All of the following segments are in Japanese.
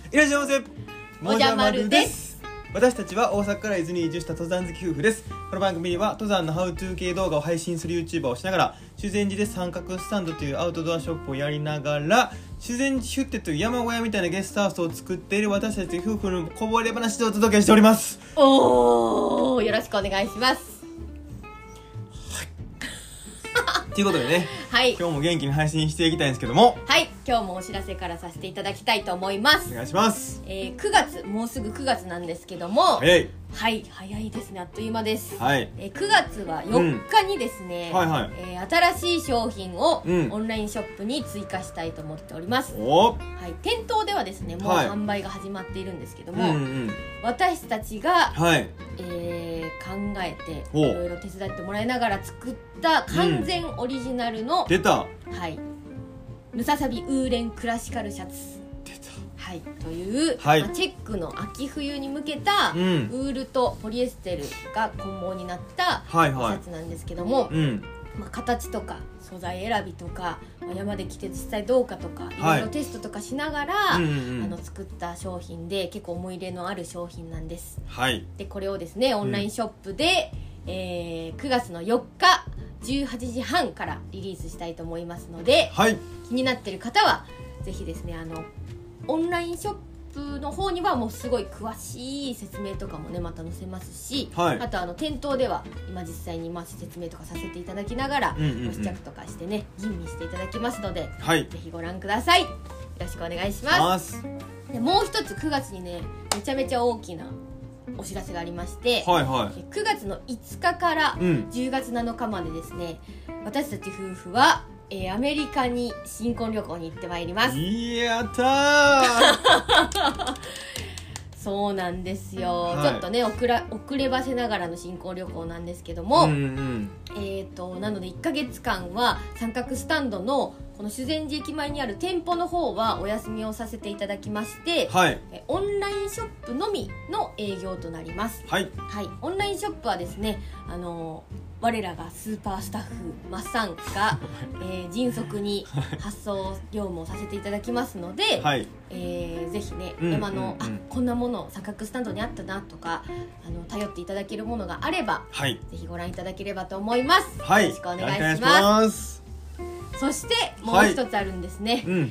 いらっしゃいませ。 もじゃまるです。 私たちは大阪から伊豆に移住した登山好き夫婦です。この番組では登山のハウトゥー系動画を配信する YouTuber をしながら、修善寺で三角スタンドというアウトドアショップをやりながら、修善寺ヒュッテという山小屋みたいなゲストハウスを作っている私たち夫婦のこぼれ話でお届けしております。 おー、よろしくお願いします。 ということでね、 はい、 今日も元気に配信していきたいんですけども、 はい、今日もお知らせからさせていただきたいと思います。 お願いします。 9月、もうすぐ9月なんですけども、 早い。 はい、早いですね、あっという間です。 はい。 9月は4日にですね、 はいはい。 新しい商品をうんオンラインショップに追加したいと思っております。 おー。 はい、店頭ではですね、もうはい販売が始まっているんですけどうんも、 うん私たちが、 はい。 考えてほういろいろ手伝ってもらいながら作った完全オリジナルの、 出た。 はいムササビウーレンクラシカルシャツ、 出た。 はい、という、 はいチェックの秋冬に向けた、 うんウールとポリエステルが混合になったシはいはいャツなんですけども、 うん形とか素材選びとか、山で着て実際どうかとか、いろいろテストとかしながら、 うんうん作った商品で結構思い入れのある商品なんです。 はい。 でこれをですねオンラインショップで、9月の4日18時半からリリースしたいと思いますので、 はい。 気になってる方はぜひですねオンラインショップの方にはもうすごい詳しい説明とかもねまた載せますし、 はいあと店頭では今実際に説明とかさせていただきながら、 うんうんうんご試着とかしてね吟味していただきますので、 はい。 ぜひご覧ください。よろしくお願いしますでもう一つ9月にねめちゃめちゃ大きなお知らせがありまして、 はいは 9月の5日からい。うん。 10月7日までですね私たち夫婦は、アメリカに新婚旅行に行ってまいります。 やったーそうなんですよ、 はいちょっとね遅ればせながらの新婚旅行なんですけども、 うんなので1ヶ月間は三角スタンドのこの修善寺駅前にある店舗の方はお休みをさせていただきまして、 はいオンラインショップのみの営業となります。 はいはい、オンラインショップはですね我らがスーパースタッフマッサンが、迅速に発送業務をさせていただきますので、 はいぜひね、 うん山の、 うんうんこんなもの三角スタンドにあったなとか頼っていただけるものがあればはいぜひご覧いただければと思います、 はい。 よろしくお願いします。 お願いしますそしてもう一つあるんですね、 うん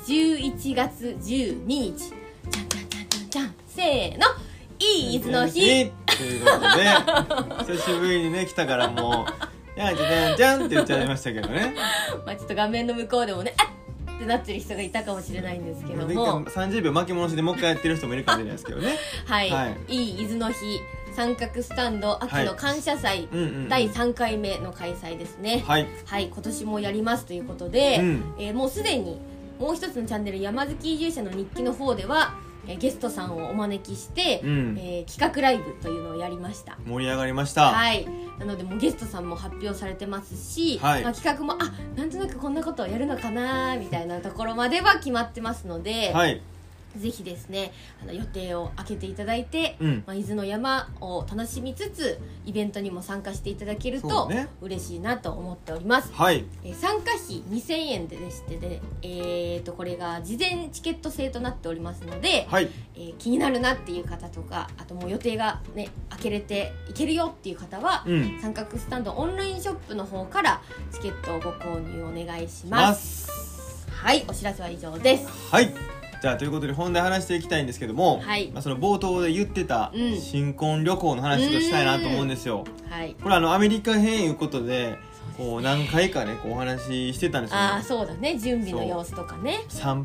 11月12日じゃんじゃんじゃんじゃんじゃんせーのいい伊豆の日ということで久しぶりにね来たからもうやんじゃんじゃんって言っちゃいましたけどね。 まあちょっと画面の向こうでもねあっってなってる人がいたかもしれないんですけども、 30秒巻き戻しでもう一回やってる人もいるかもしれないですけどね。 はい、 はいいい伊豆の日三角スタンド秋の感謝祭、 うんうんうん第3回目の開催ですね。 はいはい、今年もやりますということで、もうすでにもう一つのチャンネル山好き移住者の日記の方では、ゲストさんをお招きして、企画ライブというのをやりました。 盛り上がりました。 はい、なのでもうゲストさんも発表されてますし、 はい企画もなんとなくこんなことをやるのかなみたいなところまでは決まってますので、 はいぜひですね予定を空けていただいて、伊豆の山を楽しみつつイベントにも参加していただけるとそうね嬉しいなと思っております。 はい参加費2000円でしてこれが事前チケット制となっておりますので、 はい気になるなっていう方とかあともう予定がね空けれていけるよっていう方は、三角スタンドオンラインショップの方からチケットをご購入お願いします。はい、お知らせは以上です。 はいじゃあということで本題話していきたいんですけども、 はいその冒頭で言ってた新婚旅行の話をしたいなと思うんですよ。 はい、 これアメリカ編いうことでこう何回かねこうお話ししてたんですよ、ね、 そうだね準備の様子とかね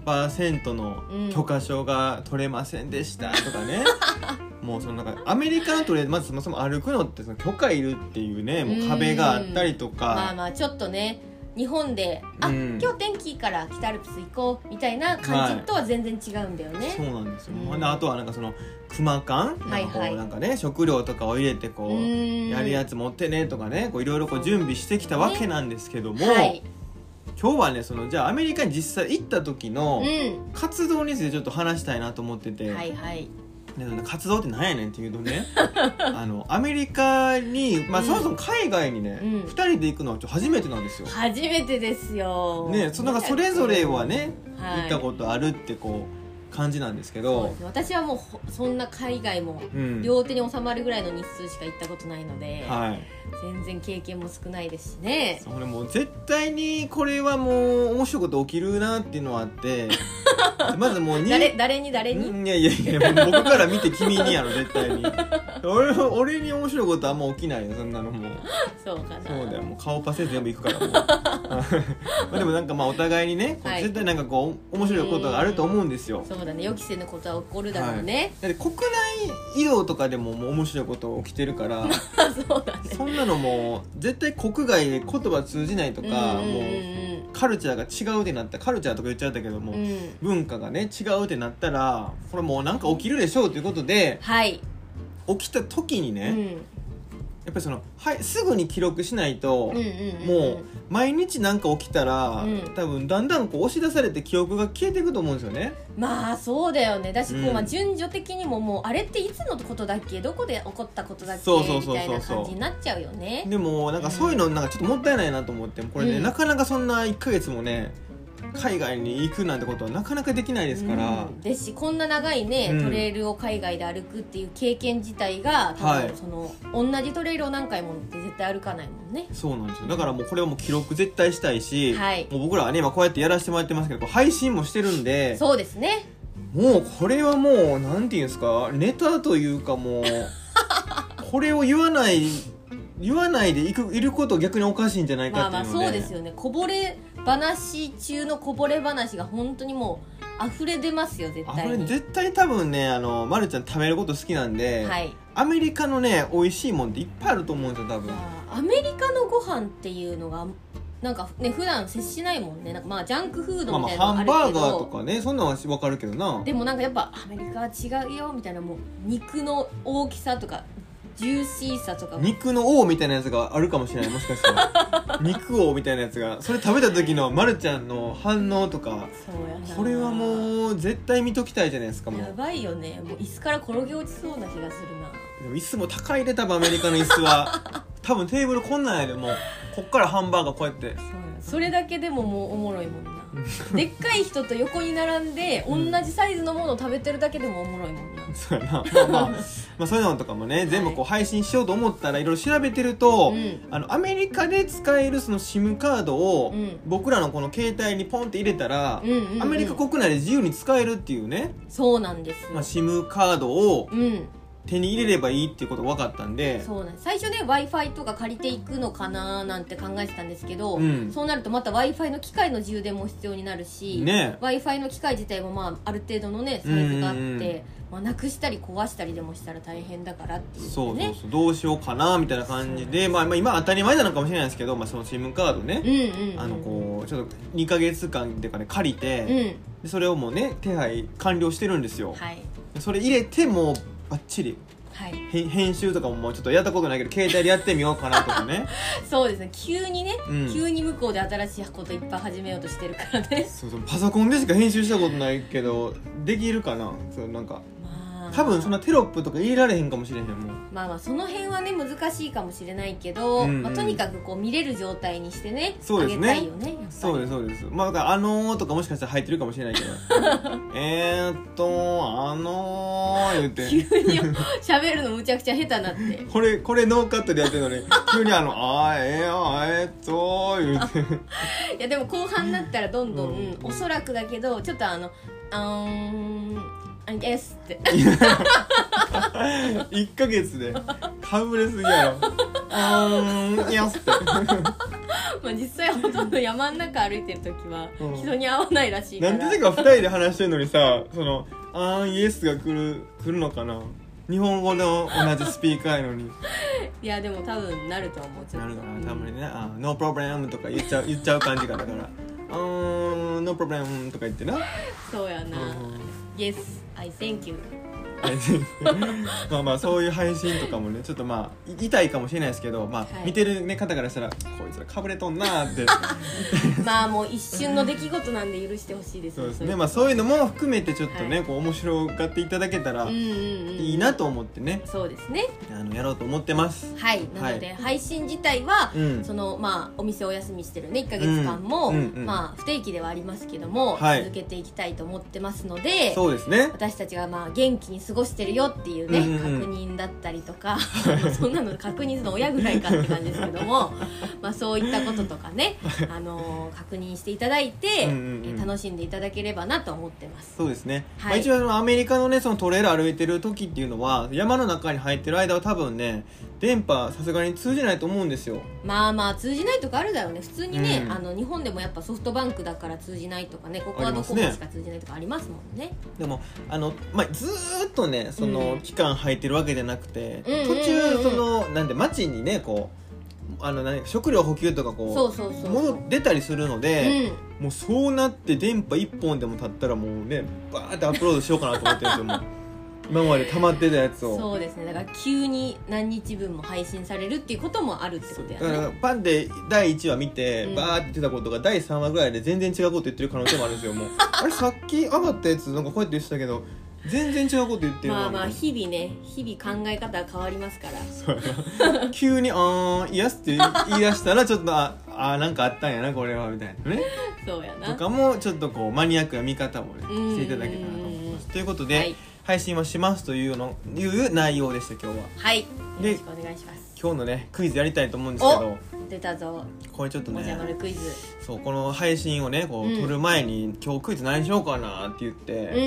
3% の許可証が取れませんでしたとかね、もうそのなんかアメリカのトレまずそもそも歩くのってその許可いるっていうねもう壁があったりとか、 まあちょっとね日本で今日天気いいから北アルプス行こうみたいな感じとは全然違うんだよね、 そうなんですよ、あとはなんかそのクマ缶なんかね食料とかを入れてこうやるやつ持ってねとかねいろいろ準備してきたわけなんですけども、今日はねじゃあアメリカに実際行った時の活動についてちょっと話したいなと思ってて、で活動って何やねんっていうとねアメリカに、そもそも海外にね、2人で行くのは初めてなんですよ。 初めてですよ。 ね、それぞれはね、行ったことあるってこう感じなんですけど、 私はもうそんな海外も両手に収まるぐらいの日数しか行ったことないので、全然経験も少ないですしね。 それもう絶対にこれはもう面白いこと起きるなっていうのはあってまずもう誰にいや僕から見て君にやろ絶対に俺に面白いことはあんま起きないよそんなのもうそうかな。 そうだよもう顔パセ全部いくからもうでもなんかまあお互いにね、絶対なんかこう面白いことがあると思うんですよ。 そうだね、予期せぬことは起こるだろうね、 だって国内移動とかでももう面白いこと起きてるからそうだね、 そんなのも絶対国外で言葉通じないとか、もうカルチャーが違うってなったら、カルチャーとか言っちゃったけども、文化がね違うってなったらこれもうなんか起きるでしょうということで、起きた時にね、やっぱりすぐに記録しないと、もう毎日なんか起きたら、多分だんだんこう押し出されて記憶が消えていくと思うんですよね。 まあそうだよね。だしこう、順序的にももうあれっていつのことだっけ、どこで起こったことだっけみたいな感じになっちゃうよね。 でもなんかそういうのなんかちょっともったいないなと思って、これね、なかなかそんな1ヶ月もね海外に行くなんてことはなかなかできないですから、 ですしこんな長いね、トレイルを海外で歩くっていう経験自体が多分同じトレイルを何回もって絶対歩かないもんね。 そうなんですよ。だからもうこれはもう記録絶対したいし、もう僕らはね今こうやってやらせてもらってますけど、配信もしてるんで、 そうですね、 もうこれはもうなんていうんですか、ネタというかもうこれを言わないでいること逆におかしいんじゃないかっていうので、 そうですよね。こぼれ話中のこぼれ話が本当にもう溢れ出ますよ絶対に。 絶対多分ね、まるちゃん食べること好きなんで、アメリカのね美味しいもんっていっぱいあると思うんですよ多分。 アメリカのご飯っていうのがなんかね普段接しないもんね。なんかまあジャンクフードみたいなのあるけど、 ハンバーガーとかねそんなのは分かるけどな。 でもなんかやっぱアメリカは違うよみたいな、もう肉の大きさとかジューシーさとか、 肉の王みたいなやつがあるかもしれない、もしかしたら肉王みたいなやつが、それ食べた時のまるちゃんの反応とか、 そうやな、 これはもう絶対見ときたいじゃないですか。もうやばいよね。もう椅子から転げ落ちそうな気がするな。 でも椅子も高いで多分アメリカの椅子は多分テーブルこんなんやで、もうこっからハンバーガーこうやって、 それだけでももうおもろいもんなでっかい人と横に並んで同じサイズのものを食べてるだけでもおもろいもんな。 そうやな。まあそういうのとかもね、全部こう配信しようと思ったらいろいろ調べてると、アメリカで使えるその SIM カードを僕らのこの携帯にポンって入れたら、アメリカ国内で自由に使えるっていうね。 そうなんですよ。 SIM カードを手に入れればいいっていうことが分かったんで、 そうなんです。最初ね Wi-Fi とか借りていくのかななんて考えてたんですけど、そうなるとまた Wi-Fi の機械の充電も必要になるし、Wi-Fi の機械自体もまあある程度のねサイズがあって、なくしたり壊したりでもしたら大変だからっていうね。 そうどうしようかなみたいな感じで、今当たり前なのかもしれないですけど、その SIM カードね、こうちょっと2ヶ月間でかね借りて、でそれをもうね手配完了してるんですよ。それ入れてもうバッチリ、編集とかももうちょっとやったことないけど携帯でやってみようかなとかねそうですね、急に向こうで新しいこといっぱい始めようとしてるからね。 そうパソコンでしか編集したことないけどできるかな。そうなんか多分そんなテロップとか入れられへんかもしれへんもん。 その辺はね難しいかもしれないけど、とにかくこう見れる状態にしてね、 そうですね、 あげたいよね。 そうですだからとかもしかしたら入ってるかもしれないけど言って急に喋るのむちゃくちゃ下手なってこれノーカットでやってるのに急に言っていやでも後半になったらどんどん、おそらくだけどちょっとI guess って 1ヶ月でかぶれすぎやろYes って実際ほとんど山の中歩いてる時は人に会わないらしいから、 なんで2人で話してるのにさ、そのYes が来るのかな。日本語の同じスピーカーやのにいやでも多分なると思う。ちょっとなるかな、多分ね。No problem とか言っちゃう感じかだからNo problem とか言ってな。 そうやな、Yes I thank you まあまあそういう配信とかもねちょっとまあ痛いかもしれないですけど、まあはい、見てる、ね、方からしたらこいつらかぶれとんなってまあもう一瞬の出来事なんで許してほしいですね。 そうですね、まあ、そういうのも含めてちょっとね、はい、こう面白がっていただけたらいいなと思ってね、 そうですね、 やろうと思ってます。 はい、なので、はい、配信自体は、そのまあお店お休みしてるね1ヶ月間も、まあ不定期ではありますけども、はい、続けていきたいと思ってますので、 そうですね、 私たちがまあ元気に過ごしてるよっていうね、確認だったりとかそんなの確認するの親ぐらいかって感じですけどもまあそういったこととかね、確認していただいて、楽しんでいただければなと思ってます。 そうですね、はい、まあ、一応アメリカのねそのトレーラー歩いてる時っていうのは山の中に入ってる間は多分ね電波さすがに通じないと思うんですよ。 まあまあ通じないとかあるだろうね。普通にね、日本でもやっぱソフトバンクだから通じないとかね、ここはドコモしか通じないとかありますもんね。 でもまあ、ずーっとねその期間入ってるわけじゃなくて、途中そのなんで街にねこう食料補給とかこう出たりするので、もうそうなって電波1本でも立ったらもうねバーってアップロードしようかなと思ってるんですよもう今まで溜まってたやつを。 そうですね、だから急に何日分も配信されるっていうこともあるってことやね。 だからパンで第1話見て、バーって言ってたことが第3話ぐらいで全然違うこと言ってる可能性もあるんですよもうあれさっき上がったやつなんかこうやって言ってたけど全然違うこと言ってるな。 まあまあ日々考え方は変わりますから。 そうやな急にイエスって言い出したらちょっとなんかあったんやなこれはみたいなねそうやなとかもちょっとこうマニアックな見方もねしていただけたらと思います。ということで、はい、配信はしますという内容でした今日は。 はい、よろしくお願いします。 今日のねクイズやりたいと思うんですけど、 出たぞこれちょっとね、 もじゃまるクイズ。 そうこの配信をねこう撮る前に、今日クイズ何しようかなって言って、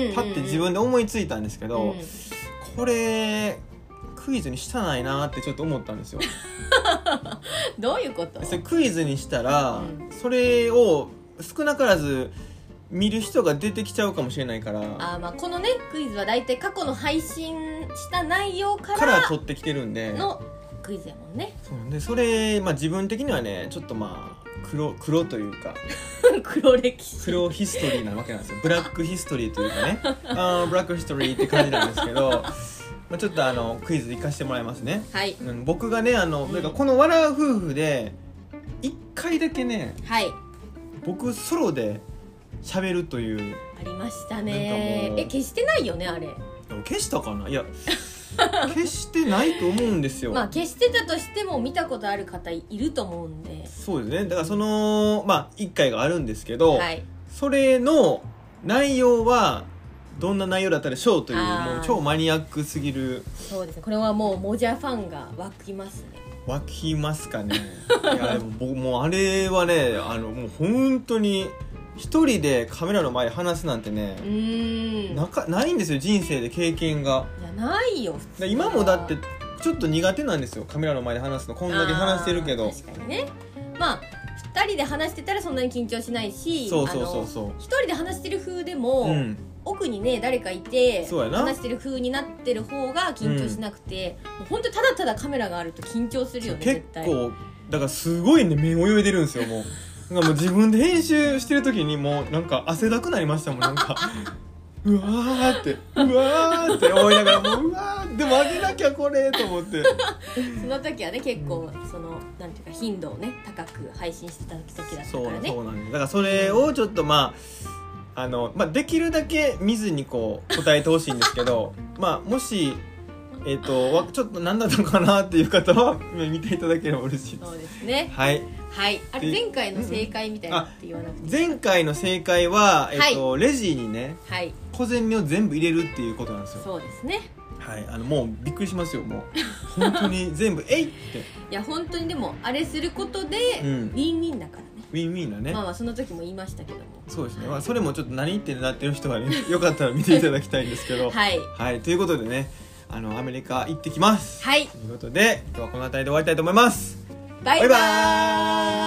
パッて自分で思いついたんですけど、これクイズにしたないなってちょっと思ったんですよどういうこと？ それクイズにしたら、それを少なからず見る人が出てきちゃうかもしれないから。 まあこのねクイズはだいたい過去の配信した内容から取ってきてるんでのクイズやもんね。 そうでそれ、まあ、自分的にはねちょっとまあ黒というか黒歴史黒ヒストリーなわけなんですよ。ブラックヒストリーというかねブラックヒストリーって感じなんですけどまあちょっとクイズ行かせてもらいますね。 はい、 僕がねなんかこの笑う夫婦で1回だけね、 はい、 僕ソロで喋るというありましたね。消してないよねあれ。 消したかな。いや消してないと思うんですよ。 まあ消してたとしても見たことある方いると思うんで。 そうですね。だからそのまあ1回があるんですけど、 はい、 それの内容はどんな内容だったでしょうというもう超マニアックすぎる。 そうですね、これはもうモジャファンが湧きますね。 湧きますかねいやでも僕もうあれはねもう本当に一人でカメラの前で話すなんてねないんですよ人生で経験が。 いやないよ普通は。 今もだってちょっと苦手なんですよカメラの前で話すの。こんだけ話してるけど。 確かにね。まあ2人で話してたらそんなに緊張しないし、 そう 1人で話してる風でも、奥にね誰かいて話してる風になってる方が緊張しなくて、もう本当ただただカメラがあると緊張するよね絶対。 結構だからすごいね目泳いでるんですよもう。なんかもう自分で編集してる時にもうなんか汗だくなりましたもんなんかうわーって思いながらもうわーでも上げなきゃこれと思ってその時はね結構そのなんていうか頻度をね高く配信してた時だったからね。 そうなんです。だからそれをちょっとまあできるだけ見ずにこう答えてほしいんですけどまあもしちょっと何だったのかなっていう方は見ていただければ嬉しいです。 そうですね。 はい。 はい。あれ前回の正解みたいなって言わなくて。 前回の正解はレジにね、 はい、 小銭を全部入れるっていうことなんですよ。 そうですね。 はい。もうびっくりしますよもう本当に全部えいって。 いや本当にでもあれすることでウィンウィンだからね。 ウィンウィンだね。 まあその時も言いましたけども。 そうですね。まあそれもちょっと何言ってなってる人はねよかったら見ていただきたいんですけど。 はい。 はい。ということでね。アメリカ行ってきます。 はい。 ということで今日はこの辺りで終わりたいと思います。 バイバーイ。